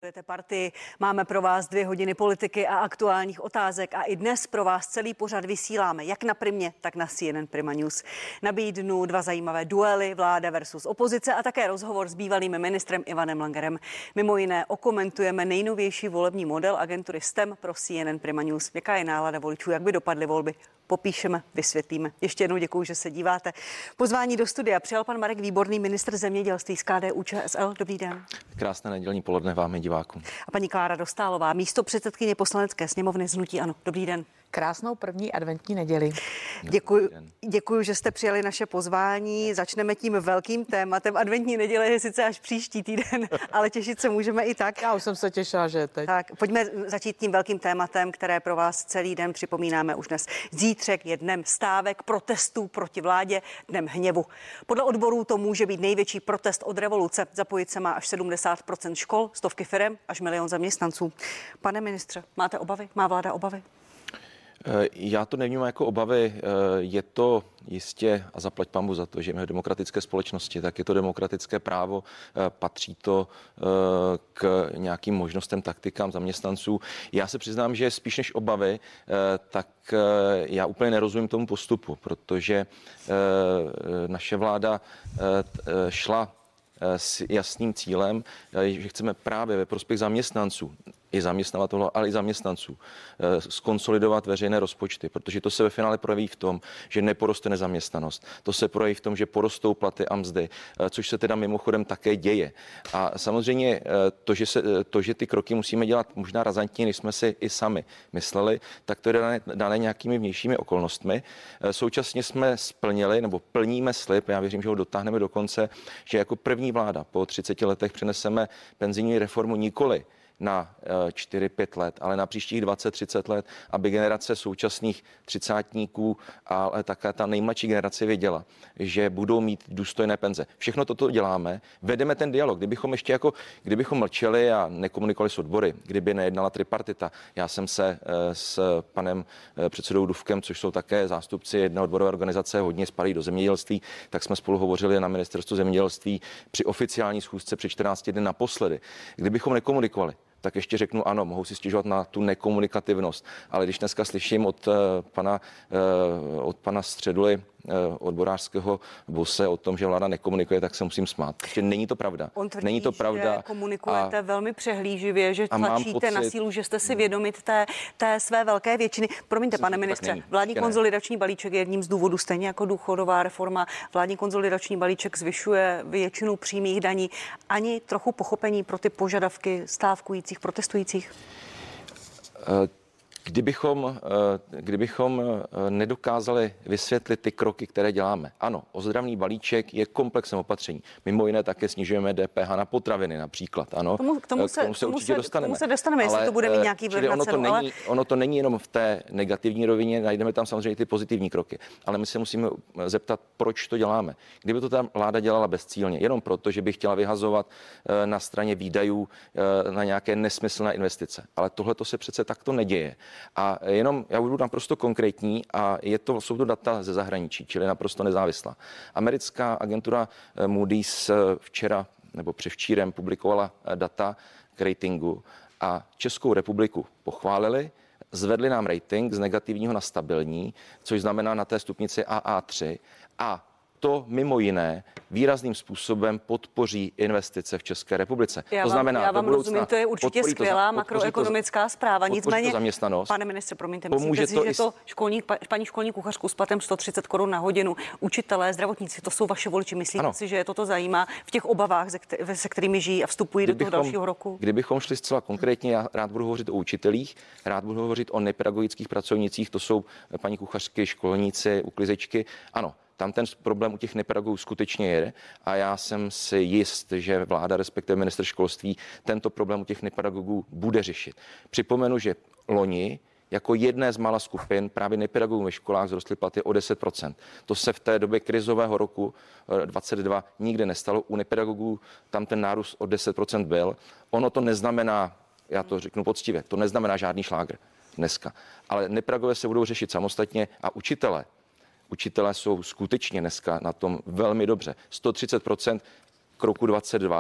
Partii. Máme pro vás 2 hodiny politiky a aktuálních otázek a i dnes pro vás celý pořad vysíláme jak na Primě, tak na CNN Prima News. Nabídnu 2 zajímavé duely, vláda versus opozice a také rozhovor s bývalým ministrem Ivanem Langerem. Mimo jiné okomentujeme nejnovější volební model agentury STEM pro CNN Prima News. Jaká je nálada voličů, jak by dopadly volby? Popíšeme, vysvětlíme. Ještě jednou děkuji, že se díváte. Pozvání do studia přijal pan Marek Výborný, ministr zemědělství z KDU-ČSL. Dobrý den. Krásné nedělní poledne vám i divákům. A paní Klára Dostálová, místopředsedkyně Poslanecké sněmovny z hnutí ANO. Dobrý den. Krásnou první adventní neděli. Děkuji, že jste přijali naše pozvání. Začneme tím velkým tématem. Adventní neděle je sice až příští týden, ale těšit se můžeme i tak. Já už jsem se těšila, že je teď. Tak, pojďme začít tím velkým tématem, které pro vás celý den připomínáme už dnes. Zítřek je dnem stávek, protestů proti vládě, dnem hněvu. Podle odborů to může být největší protest od revoluce. Zapojit se má až 70% škol, stovky firem, až 1 milion zaměstnanců. Pane ministře, máte obavy? Má vláda obavy? Já to nevnímám jako obavy, je to jistě, a zaplať pambu za to, že jsme v demokratické společnosti, tak je to demokratické právo, patří to k nějakým možnostem, taktikám zaměstnanců. Já se přiznám, že spíš než obavy, tak já úplně nerozumím tomu postupu, protože naše vláda šla s jasným cílem, že chceme právě ve prospěch zaměstnanců, i zaměstnavatelů, ale i zaměstnanců, skonsolidovat veřejné rozpočty, protože to se ve finále projeví v tom, že neporoste nezaměstnanost. To se projeví v tom, že porostou platy a mzdy, což se teda mimochodem také děje. A samozřejmě to, že ty kroky musíme dělat možná razantně, než jsme si i sami mysleli, tak to je dané nějakými vnějšími okolnostmi. Současně jsme splnili nebo plníme slib, já věřím, že ho dotáhneme do konce, že jako první vláda po 30 letech přeneseme penzijní reformu nikoli na 4-5 let, ale na příštích 20-30 let, aby generace současných třicátníků, ale také ta nejmladší generace věděla, že budou mít důstojné penze. Všechno toto děláme, vedeme ten dialog. Kdybychom mlčeli a nekomunikovali s odbory, kdyby nejednala tripartita. Já jsem se s panem předsedou Dufkem, což jsou také zástupci jedné odborové organizace, hodně spadají do zemědělství, tak jsme spolu hovořili na ministerstvu zemědělství při oficiální schůzce při 14 dny naposledy. Kdybychom nekomunikovali, tak ještě řeknu ano, mohou si stěžovat na tu nekomunikativnost. Ale když dneska slyším od pana Středuly, odborářského bose, o tom, že vláda nekomunikuje, tak se musím smát. Protože není to pravda. On tvrdí, není to pravda. Že komunikujete velmi přehlíživě, že tlačíte na sílu, že jste si vědomi té své velké většiny. Promiňte, pane ministře, vládní konsolidační balíček je jedním z důvodů, stejně jako důchodová reforma. Vládní konsolidační balíček zvyšuje většinu přímých daní. Ani trochu pochopení pro ty požadavky stávkujících, protestujících? Kdybychom nedokázali vysvětlit ty kroky, které děláme. Ano, ozdravný balíček je komplexem opatření. Mimo jiné také snižujeme DPH na potraviny například. Ano, k tomu se určitě dostaneme. Jestli to bude mít nějaký vliv na cenu. Ono to není jenom v té negativní rovině, najdeme tam samozřejmě ty pozitivní kroky. Ale my se musíme zeptat, proč to děláme. Kdyby to ta vláda dělala bezcílně, jenom proto, že by chtěla vyhazovat na straně výdajů na nějaké nesmyslné investice. Ale tohle to se přece takto neděje. A jenom, já budu naprosto konkrétní a jsou to data ze zahraničí, čili naprosto nezávislá. Americká agentura Moody's včera nebo převčírem publikovala data k ratingu a Českou republiku pochválili, zvedli nám rating z negativního na stabilní, což znamená na té stupnici AA3 a to mimo jiné výrazným způsobem podpoří investice v České republice. Já vám rozumím, to je určitě skvělá makroekonomická zpráva. Nicméně, pane ministře, promiňte, myslíte si, že to paní školní kuchařku s platem 130 Kč na hodinu, učitelé, zdravotníci, to jsou vaše voliči. Myslíte si, že je toto zajímá v těch obavách, se kterými žijí a vstupují do toho dalšího roku? Kdybychom šli zcela konkrétně, já rád budu hovořit o učitelích, rád budu hovořit o nepedagogických pracovnicích, to jsou paní kuchařky, školníci, uklizečky. Ano, tam ten problém u těch nepedagogů skutečně je a já jsem si jist, že vláda, respektive ministr školství, tento problém u těch nepedagogů bude řešit. Připomenu, že loni jako jedné z mála skupin právě nepedagogů ve školách vzrostly platy o 10%. To se v té době krizového roku 2022 nikdy nestalo. U nepedagogů tam ten nárůst o 10% byl. Ono to neznamená, já to řeknu poctivě, to neznamená žádný šlágr dneska. Ale nepedagogové se budou řešit samostatně a Učitelé jsou skutečně dneska na tom velmi dobře. 130% k roku 22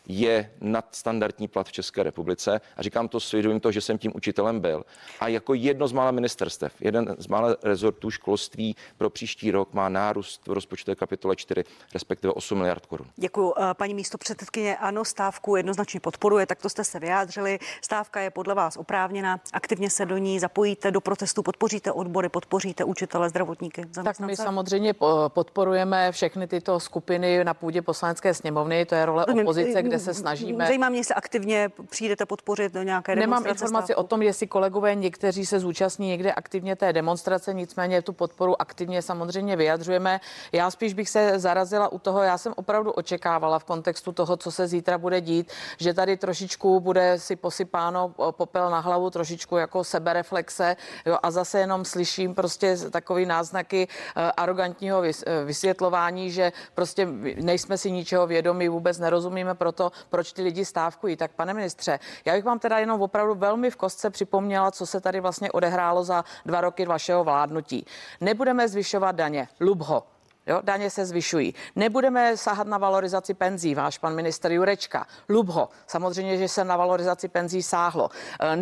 je nadstandardní plat v České republice a říkám to s vědomím toho, že jsem tím učitelem byl. A jako jedno z mála ministerstev, jeden z mála rezortů školství pro příští rok má nárůst v rozpočtové kapitole 4, respektive 8 miliard korun. Děkuji. Paní místopředsedkyně, ano, stávku jednoznačně podporuje, takto jste se vyjádřili. Stávka je podle vás oprávněná, aktivně se do ní zapojíte, do protestu podpoříte odbory, podpoříte učitele, zdravotníky, Tak my samozřejmě podporujeme všechny tyto skupiny na půdě Poslanecké sněmovny, to je role opozice, kde se snažíme. Zajímá mě, jestli aktivně přijdete podpořit do nějaké demonstrace. Nemám informaci o tom, jestli kolegové někteří se zúčastní někde aktivně té demonstrace, nicméně tu podporu aktivně samozřejmě vyjadřujeme. Já spíš bych se zarazila u toho, já jsem opravdu očekávala v kontextu toho, co se zítra bude dít, že tady trošičku bude si posypáno popel na hlavu, trošičku jako sebereflexe, jo, a zase jenom slyším prostě takový náznaky arrogantního vysvětlování, že prostě nejsme si ničeho vědomí, vůbec nerozumíme proto, proč ty lidi stávkují. Tak pane ministře, já bych vám teda jenom opravdu velmi v kostce připomněla, co se tady vlastně odehrálo za 2 roky vašeho vládnutí. Nebudeme zvyšovat daně, lubho. Jo, daně se zvyšují. Nebudeme sahat na valorizaci penzí, váš pan ministr Jurečka. Lubho, samozřejmě, že se na valorizaci penzí sáhlo.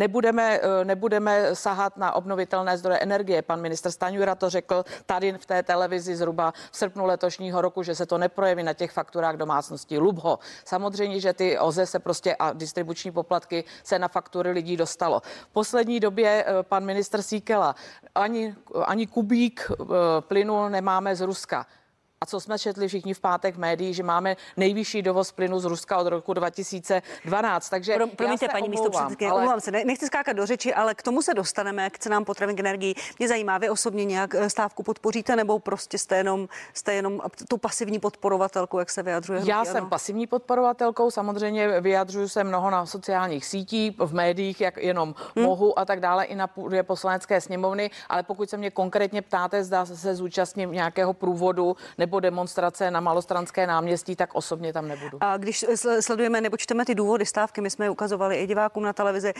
Nebudeme sahat na obnovitelné zdroje energie. Pan ministr Stanjura to řekl tady v té televizi zhruba v srpnu letošního roku, že se to neprojeví na těch fakturách domácností. Lubho, samozřejmě, že ty OZE se prostě a distribuční poplatky se na faktury lidí dostalo. V poslední době pan ministr Síkela ani kubík plynu nemáme z Ruska. A co jsme četli všichni v pátek v médiích, že máme nejvyšší dovoz plynu z Ruska od roku 2012. Takže promiňte, paní místopředsedkyně, omlouvám se, nechci skákat do řeči, ale k tomu se dostaneme, k cenám potravin, k energii. Mě zajímá, vy osobně nějak stávku podpoříte, nebo prostě jste jenom tu pasivní podporovatelkou, jak se vyjadřuje? Já jsem pasivní podporovatelkou, samozřejmě vyjadřuju se mnoho na sociálních sítích, v médiích, jak jenom mohu a tak dále, i na půdě Poslanecké sněmovny, ale pokud se mě konkrétně ptáte, zda se zúčastním nějakého průvodu nebo demonstrace na Malostranské náměstí, tak osobně tam nebudu. A když sledujeme nebo čteme ty důvody stávky, my jsme je ukazovali i divákům na televizi,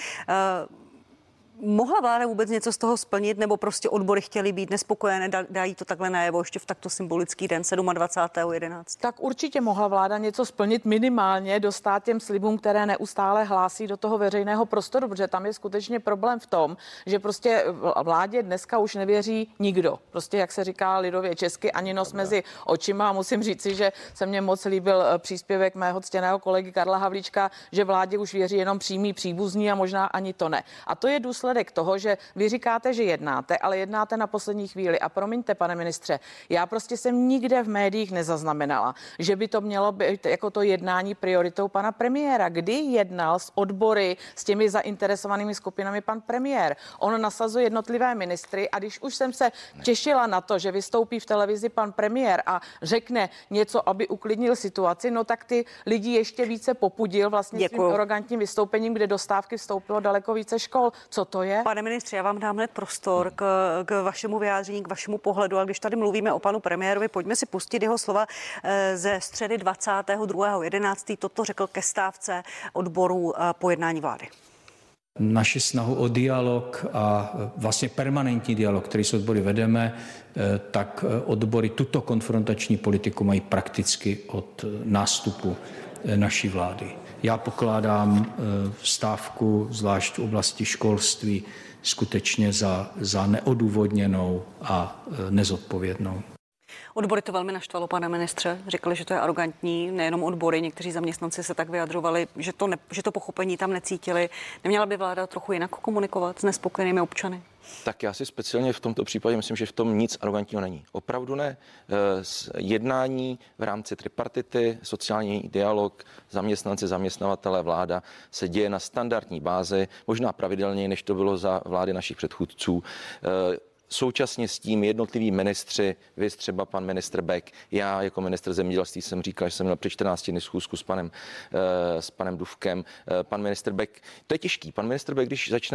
mohla vláda vůbec něco z toho splnit, nebo prostě odbory chtěly být nespokojené, dají to takhle najevo ještě v takto symbolický den 27.11. Tak určitě mohla vláda něco splnit, minimálně dostát těm slibům, které neustále hlásí do toho veřejného prostoru, protože tam je skutečně problém v tom, že prostě vládě dneska už nevěří nikdo. Prostě, jak se říká lidově česky, ani nos mezi očima, a musím říci, že se mně moc líbil příspěvek mého ctěného kolegy Karla Havlíčka, že vládě už věří jenom přímí příbuzní a možná ani to ne. A to je důsledek toho, že vy říkáte, že jednáte, ale jednáte na poslední chvíli. A promiňte, pane ministře, já prostě jsem nikde v médiích nezaznamenala, že by to mělo být jako to jednání prioritou pana premiéra. Kdy jednal s odbory, s těmi zainteresovanými skupinami pan premiér? On nasazuje jednotlivé ministry a když už jsem se těšila na to, že vystoupí v televizi pan premiér a řekne něco, aby uklidnil situaci, no tak ty lidi ještě více popudil vlastně svým arrogantním vystoupením, kde do stávky vstoupilo daleko více škol. Co to je? Pane ministře, já vám dám hned prostor k vašemu vyjádření, k vašemu pohledu. A když tady mluvíme o panu premiérovi, pojďme si pustit jeho slova ze středy 22.11. Toto řekl ke stávce odborů po jednání vlády. Naši snahu o dialog a vlastně permanentní dialog, který s odbory vedeme, tak odbory tuto konfrontační politiku mají prakticky od nástupu naší vlády. Já pokládám stávku, zvlášť v oblasti školství, skutečně za neodůvodněnou a nezodpovědnou. Odbory to velmi naštvalo, pane ministře. Říkali, že to je arrogantní, nejenom odbory, někteří zaměstnanci se tak vyjadřovali, že to pochopení tam necítili. Neměla by vláda trochu jinak komunikovat s nespokojenými občany? Tak já si speciálně v tomto případě myslím, že v tom nic arrogantního není. Opravdu ne. Jednání v rámci tripartity, sociální dialog, zaměstnanci, zaměstnavatele, vláda se děje na standardní bázi, možná pravidelněji, než to bylo za vlády našich předchůdců. Současně s tím jednotliví ministři, vy třeba pan ministr Bek, já jako ministr zemědělství jsem říkal, že jsem měl před 14 dny schůzku s panem Dufkem, pan ministr Bek, to je těžký, pan ministr Bek,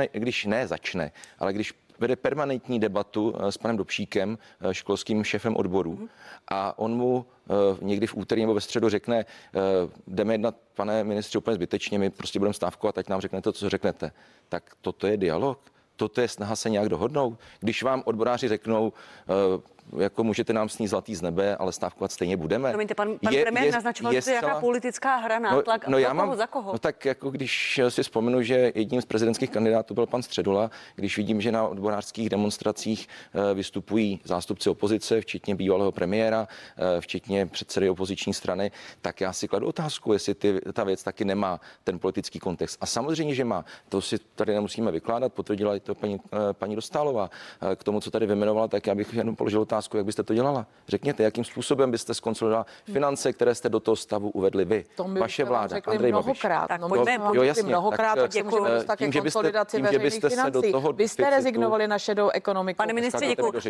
když vede permanentní debatu s panem Dobšíkem, školským šéfem odborů, a on mu někdy v úterý nebo ve středu řekne, jdeme jednat, pane ministře, úplně zbytečně, my prostě budeme stávkovat, ať nám řeknete to, co řeknete. Tak toto je dialog? Toto je snaha se nějak dohodnout? Když vám odboráři řeknou, jako můžete nám snít zlatý z nebe, ale stávkovat stejně budeme. Promiňte, pan premiér naznačoval, že to je jaká politická hra, nátlak. Za koho? No tak jako když si vzpomenu, že jedním z prezidentských kandidátů byl pan Středula, když vidím, že na odborářských demonstracích vystupují zástupci opozice, včetně bývalého premiéra, včetně předsedy opoziční strany, tak já si kladu otázku, jestli ta věc taky nemá ten politický kontext. A samozřejmě, že má. To si tady nemusíme vykládat, potvrdila i to paní Dostálová. K tomu, co tady vymenovala, tak já bych jenom položil otázku, jak byste to dělala. Řekněte, jakým způsobem byste zkonsolidovala finance, které jste do toho stavu uvedli vy, vaše vláda, Andrej Babiš. Tak pojďme, mnohokrát, tak se můžeme dostat ke konsolidaci veřejných financí. Vy jste rezignovali na šedou ekonomiku. Pane ministře,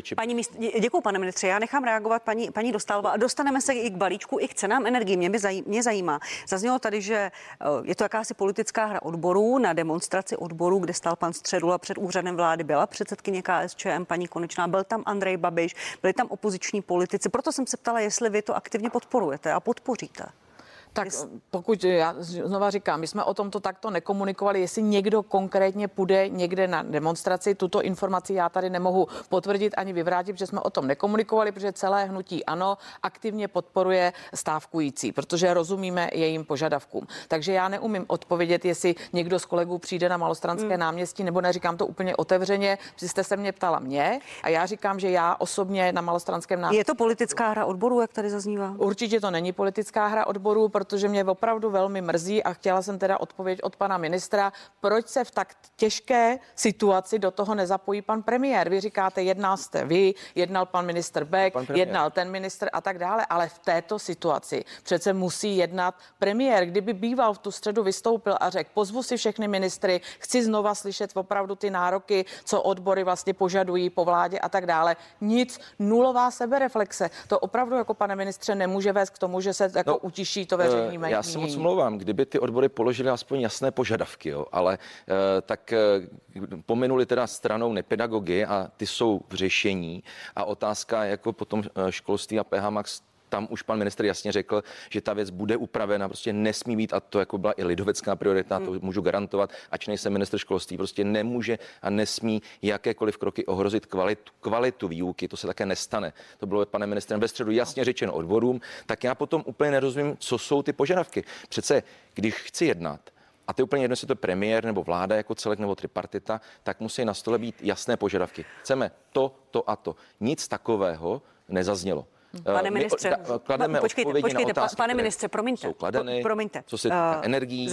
děkuji, pane ministře. Já nechám reagovat paní Dostálová a dostaneme se i k balíčku, i k cenám energií. Mě zajímá. Zaznělo tady, že je to jakási politická hra odborů. Na demonstraci odborů, kde stál pan Středula před úřadem vlády, byla předsedkyně KSČM, paní Konečná, byl tam Andrej Babiš, byli tam opoziční politici. Proto jsem se ptala, jestli vy to aktivně podporujete a podpoříte. Tak pokud, já znova říkám, my jsme o tomto takto nekomunikovali, jestli někdo konkrétně půjde někde na demonstraci, tuto informaci já tady nemohu potvrdit ani vyvrátit, protože jsme o tom nekomunikovali, protože celé hnutí ANO aktivně podporuje stávkující, protože rozumíme jejím požadavkům. Takže já neumím odpovědět, jestli někdo z kolegů přijde na Malostranské náměstí, nebo neříkám to úplně otevřeně, protože jste se mě ptala mě a já říkám, že já osobně na Malostranském náměstí. Je to politická hra odborů, jak tady zaznívá? Určitě to není politická hra odborů, protože mě opravdu velmi mrzí a chtěla jsem teda odpověď od pana ministra, proč se v tak těžké situaci do toho nezapojí pan premiér. Vy říkáte, jednal jste vy, jednal pan ministr Bek, jednal ten ministr a tak dále, ale v této situaci přece musí jednat premiér. Kdyby býval v tu středu vystoupil a řekl, pozvu si všechny ministry, chci znova slyšet opravdu ty nároky, co odbory vlastně požadují po vládě a tak dále. Nic, nulová sebereflexe. To opravdu jako pane ministře nemůže vést k tomu, že se jako utiší to veřejné mínění. Já se moc omlouvám, kdyby ty odbory položily aspoň jasné požadavky, jo, ale tak pominuli teda stranou nepedagogy a ty jsou v řešení a otázka jako potom školství a PH Max, tam už pan ministr jasně řekl, že ta věc bude upravena, prostě nesmí být, a to jako byla i lidovecká priorita, to můžu garantovat, ač nejsem ministr školství, prostě nemůže a nesmí jakékoliv kroky ohrozit kvalitu výuky, to se také nestane. To bylo panem ministrem ve středu jasně řečeno odborům, tak já potom úplně nerozumím, co jsou ty požadavky. Přece, když chci jednat, a to je úplně jedno, jestli to je premiér nebo vláda jako celek nebo tripartita, tak musí na stole být jasné požadavky. Chceme to a to. Nic takového nezaznělo. Pane ministře, počkejte, pane ministře, promiňte. Co se týká energií,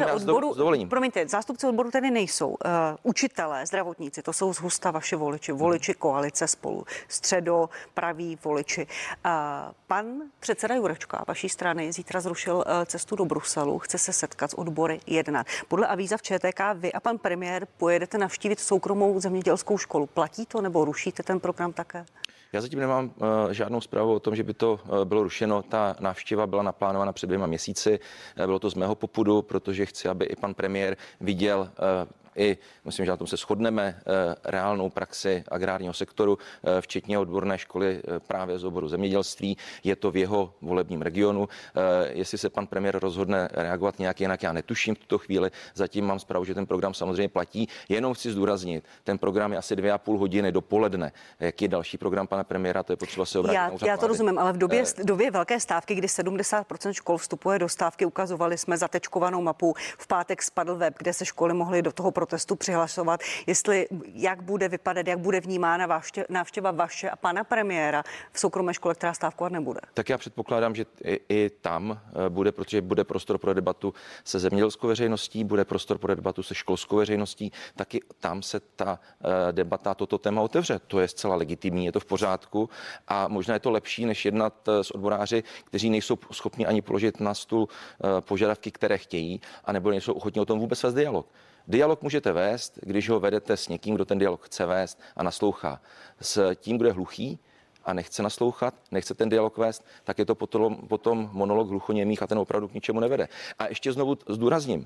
zástupci odboru tady nejsou. Učitelé, zdravotníci, to jsou z husta vaši voliči koalice Spolu, středopraví voliči. Pan předseda Jurečka vaší strany zítra zrušil cestu do Bruselu, chce se setkat s odbory jednat. Podle avíza v ČTK vy a pan premiér pojedete navštívit soukromou zemědělskou školu. Platí to nebo rušíte ten program také? Já zatím nemám žádnou zprávu o tom, že by to bylo rušeno. Ta návštěva byla naplánována před 2 měsíci. Bylo to z mého popudu, protože chci, aby i pan premiér viděl myslím, že na tom se shodneme, reálnou praxi agrárního sektoru, včetně odborné školy právě z oboru zemědělství. Je to v jeho volebním regionu. Jestli se pan premiér rozhodne reagovat nějak jinak, já netuším v tuto chvíli. Zatím mám zprávu, že ten program samozřejmě platí. Jenom chci zdůraznit, ten program je asi 2,5 hodiny dopoledne. Jaký je další program pana premiéra, to je potřeba se obrátit na úřad Já to rozumím, ale v době velké stávky, kdy 70% škol vstupuje do stávky, ukazovali jsme zatečkovanou mapu. V pátek spadl web, kde se školy mohly do toho protestu přihlasovat, jestli jak bude vypadat, jak bude vnímána návštěva vaše a pana premiéra v soukromé škole, která stávkovat nebude. Tak já předpokládám, že i tam bude, protože bude prostor pro debatu se zemědělskou veřejností, bude prostor pro debatu se školskou veřejností, taky tam se ta debata, toto téma otevře. To je zcela legitimní, je to v pořádku a možná je to lepší, než jednat s odboráři, kteří nejsou schopni ani položit na stůl požadavky, které chtějí, anebo nejsou ochotní o tom vůbec vést dialog. Dialog můžete vést, když ho vedete s někým, kdo ten dialog chce vést a naslouchá. S tím, kdo je hluchý a nechce naslouchat, nechce ten dialog vést, tak je to potom monolog hluchoněmých a ten opravdu k ničemu nevede. A ještě znovu zdůrazním,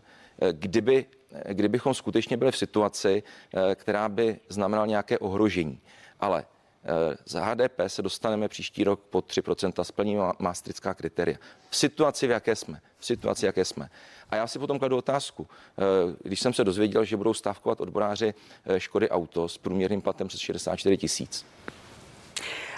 kdybychom skutečně byli v situaci, která by znamenala nějaké ohrožení, ale za HDP se dostaneme příští rok pod 3%, splníme maastrichtská kritéria. V situaci, jaké jsme. A já si potom kladu otázku. Když jsem se dozvěděl, že budou stávkovat odboráři Škody Auto s průměrným platem přes 64 000.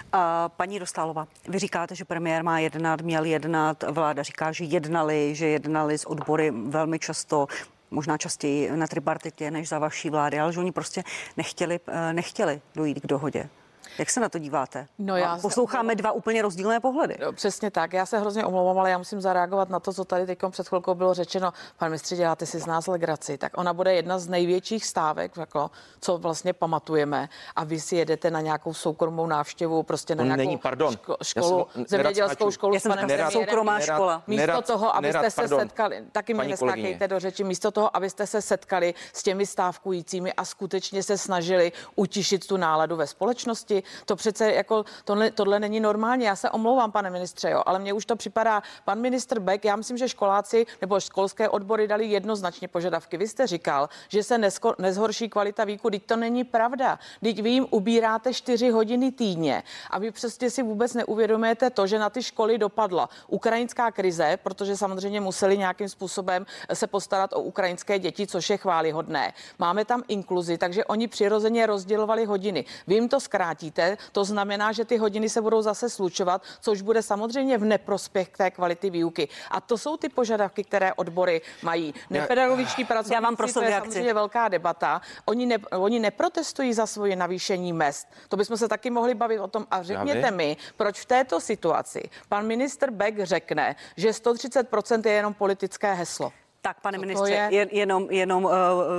Paní Dostálová, vy říkáte, že premiér má jednat, měl jednat, vláda říká, že jednali s odbory velmi často, možná častěji na tripartitě než za vaší vlády, ale že oni prostě nechtěli dojít k dohodě. Jak se na to díváte? No, posloucháme dva úplně rozdílné pohledy. No, přesně tak. Já se hrozně omlouvám, ale já musím zareagovat na to, co tady teď před chvilkou bylo řečeno. Pan ministře, děláte si z nás legraci. Tak ona bude jedna z největších stávek, jako, co vlastně pamatujeme. A vy si jedete na nějakou soukromou návštěvu, prostě na nějakou školu, zemědělskou školu s panem premiérem. Soukromá škola. Místo toho, abyste se setkali, taky mi neskákejte do řeči, místo toho, abyste se setkali s těmi stávkujícími a skutečně se snažili utišit tu náladu ve společnosti. To přece jako tohle není normální. Já se omlouvám, pane ministře, jo, ale mně už to připadá. Pan ministr Bek, já myslím, že školáci nebo školské odbory dali jednoznačně požadavky. Vy jste říkal, že se nezhorší kvalita výuky. Teď to není pravda. Teď vy jim ubíráte 4 hodiny týdně a vy přesně si vůbec neuvědomujete to, že na ty školy dopadla ukrajinská krize, protože samozřejmě museli nějakým způsobem se postarat o ukrajinské děti, což je chvályhodné. Máme tam inkluzi, takže oni přirozeně rozdělovali hodiny. Vy jim to zkrátíte. To znamená, že ty hodiny se budou zase slučovat, což bude samozřejmě v neprospěch té kvality výuky. A to jsou ty požadavky, které odbory mají. Nepedagogičtí pracovníci, to je samozřejmě velká debata. Oni neprotestují za svoje navýšení mezd. To bychom se taky mohli bavit o tom. A řekněte mi, proč v této situaci pan ministr Bek řekne, že 130% je jenom politické heslo. Tak, pane ministře, jenom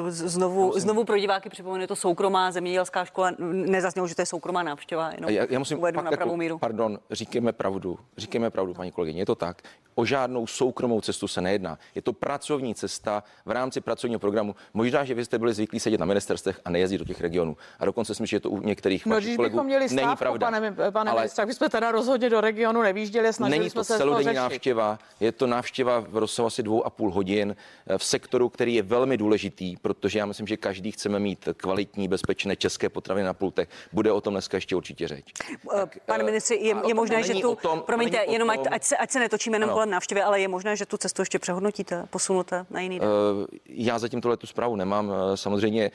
znovu pro diváky připomenu, je to soukromá zemědělská škola, nezaznělo, že to je soukromá návštěva, jenom já musím uvedu na pravou míru. Pardon, říkáme pravdu, paní kolegyně, je to tak. O žádnou soukromou cestu se nejedná. Je to pracovní cesta v rámci pracovního programu. Možná, že vy jste byli zvyklí sedět na ministerstvech a nejezdit do těch regionů. A dokonce si myslím, že to u některých vašich kolegů není pravda. Pane ministře, my jsme teda rozhodně do regionu nevýjížděli, snažili jsme se to řešit. Není to celodenní návštěva, je to návštěva v rozsahu asi 2,5 hodin v sektoru, který je velmi důležitý, protože já myslím, že každý chceme mít kvalitní, bezpečné české potraviny na pultech. Bude o tom dneska ještě určitě řeč. Pane ministře, je možné, že tu, promiňte, jenom ať se netočíme jenom kolem návštěvy, ale je možné, že tu cestu ještě přehodnotíte, posunuté na jiný den? Já zatím tu zprávu nemám. Samozřejmě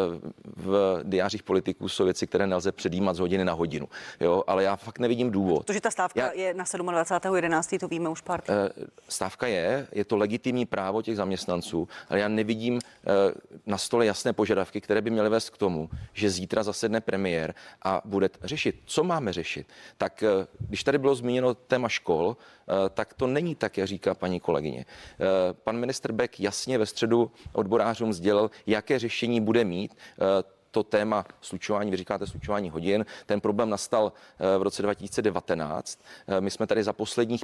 v diářích politiků jsou věci, které nelze předjímat z hodiny na hodinu. Jo, ale já fakt nevidím důvod. Protože ta stávka je na 27.11., to víme už pár týdnů. Stávka je to legitimní právo těch zaměstnanců, ale já nevidím na stole jasné požadavky, které by měly vést k tomu, že zítra zasedne premiér a bude řešit. Co máme řešit? Tak když tady bylo zmíněno téma škol, tak to není tak, jak říká paní kolegyně. Pan ministr Bek jasně ve středu odborářům sdělil, jaké řešení bude mít. To téma slučování, vy říkáte slučování hodin, ten problém nastal v roce 2019. My jsme tady za posledních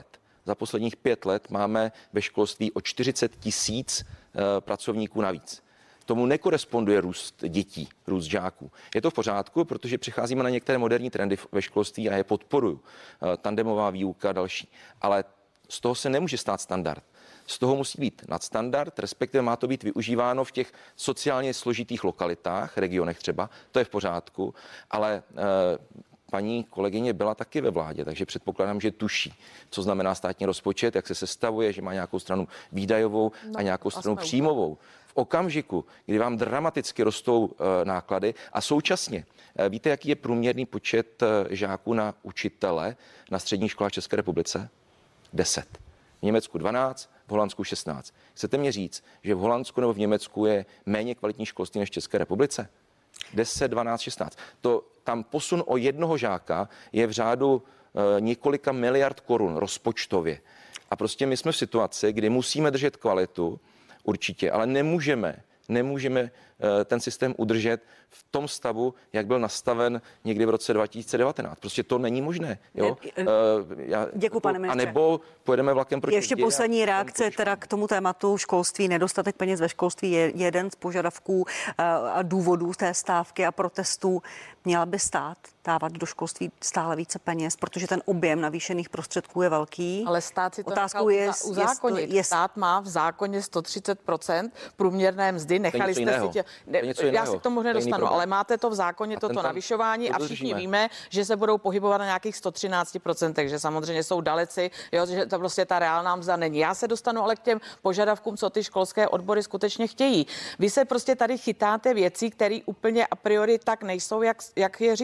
5 let máme ve školství o 40 000 pracovníků navíc. Tomu nekoresponduje růst dětí, růst žáků. Je to v pořádku, protože přicházíme na některé moderní trendy ve školství a je podporuju. Tandemová výuka a další. Ale z toho se nemůže stát standard. Z toho musí být nadstandard, respektive má to být využíváno v těch sociálně složitých lokalitách, regionech třeba, to je v pořádku, ale paní kolegyně byla taky ve vládě, takže předpokládám, že tuší, co znamená státní rozpočet, jak se sestavuje, že má nějakou stranu výdajovou a nějakou stranu příjmovou. V okamžiku, kdy vám dramaticky rostou náklady a současně víte, jaký je průměrný počet žáků na učitele na středních školách v České republice? 10. V Německu 12, v Holandsku 16. Chcete mě říct, že v Holandsku nebo v Německu je méně kvalitní školství než v České republice? 10, 12, 16. Tam posun o jednoho žáka je v řádu několika miliard korun rozpočtově. A prostě my jsme v situaci, kdy musíme držet kvalitu, určitě, ale nemůžeme ten systém udržet v tom stavu, jak byl nastaven někdy v roce 2019. Prostě to není možné. Jo? Děkuji, pane ministře. A nebo pojedeme vlakem proti. Ještě poslední reakce teda k tomu tématu školství. Nedostatek peněz ve školství je jeden z požadavků a důvodů té stávky a protestů. Měla by stát dávat do školství stále více peněz, protože ten objem navýšených prostředků je velký. Ale stát si to otázkou je uzákonit. Stát má v zákoně 130% průměrné mzdy. Nechali jste si tě... Já se k tomu nedostanu, ale máte to v zákoně, toto navyšování a všichni víme, že se budou pohybovat na nějakých 113%, takže samozřejmě jsou daleci, jo, že to prostě ta reálná mzda není. Já se dostanu ale k těm požadavkům, co ty školské odbory skutečně chtějí. Vy se prostě tady chytáte věci, které úplně a priori tak nejsou, jak je říkáte.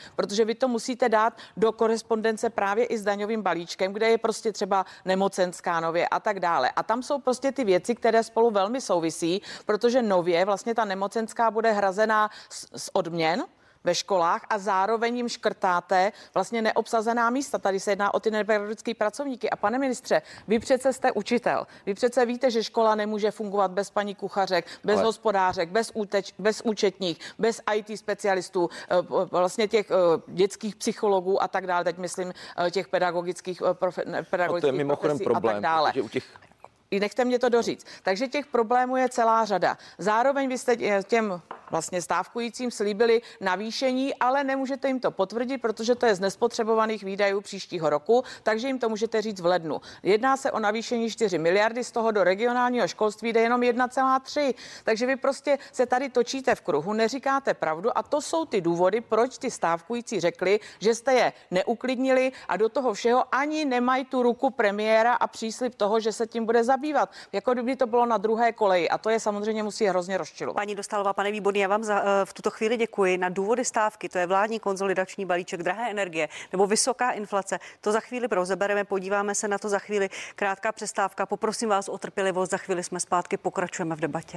protože vy to musíte dát do korespondence právě i s daňovým balíčkem, kde je prostě třeba nemocenská nově a tak dále. A tam jsou prostě ty věci, které spolu velmi souvisí, protože nově vlastně ta nemocenská bude hrazená z odměn ve školách a zároveň jim škrtáte vlastně neobsazená místa. Tady se jedná o ty nepedagogické pracovníky. A pane ministře, vy přece jste učitel. Vy přece víte, že škola nemůže fungovat bez paní kuchařek, bez hospodářek, bez účetních, bez IT specialistů, vlastně těch dětských psychologů a tak dále. Teď myslím těch pedagogických profesí a tak dále. Nechte mě to doříct. Takže těch problémů je celá řada. Zároveň vy jste těm vlastně stávkujícím slíbili navýšení, ale nemůžete jim to potvrdit, protože to je z nespotřebovaných výdajů příštího roku, takže jim to můžete říct v lednu. Jedná se o navýšení 4 miliardy, z toho do regionálního školství jde jenom 1,3. Takže vy prostě se tady točíte v kruhu, neříkáte pravdu a to jsou ty důvody, proč ty stávkující řekli, že jste je neuklidnili a do toho všeho ani nemají tu ruku premiéra a příslib toho, že se tím bude zabývat. Jako kdyby to bylo na druhé koleji a to je samozřejmě musí hrozně rozčilovat. Paní Dostálová, pane Výborný, já vám v tuto chvíli děkuji. Na důvody stávky, to je vládní konsolidační balíček, drahé energie nebo vysoká inflace. To za chvíli rozebereme, podíváme se na to za chvíli. Krátká přestávka. Poprosím vás o trpělivost. Za chvíli jsme zpátky, pokračujeme v debatě.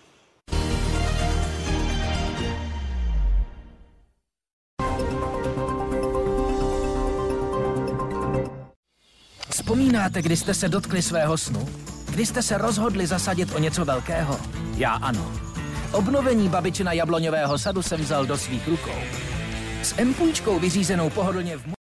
Vzpomínáte, kdy jste se dotkli svého snu? Kdy jste se rozhodli zasadit o něco velkého? Já ano. Obnovení babičina jabloňového sadu jsem vzal do svých rukou. S M-půjčkou vyřízenou pohodlně v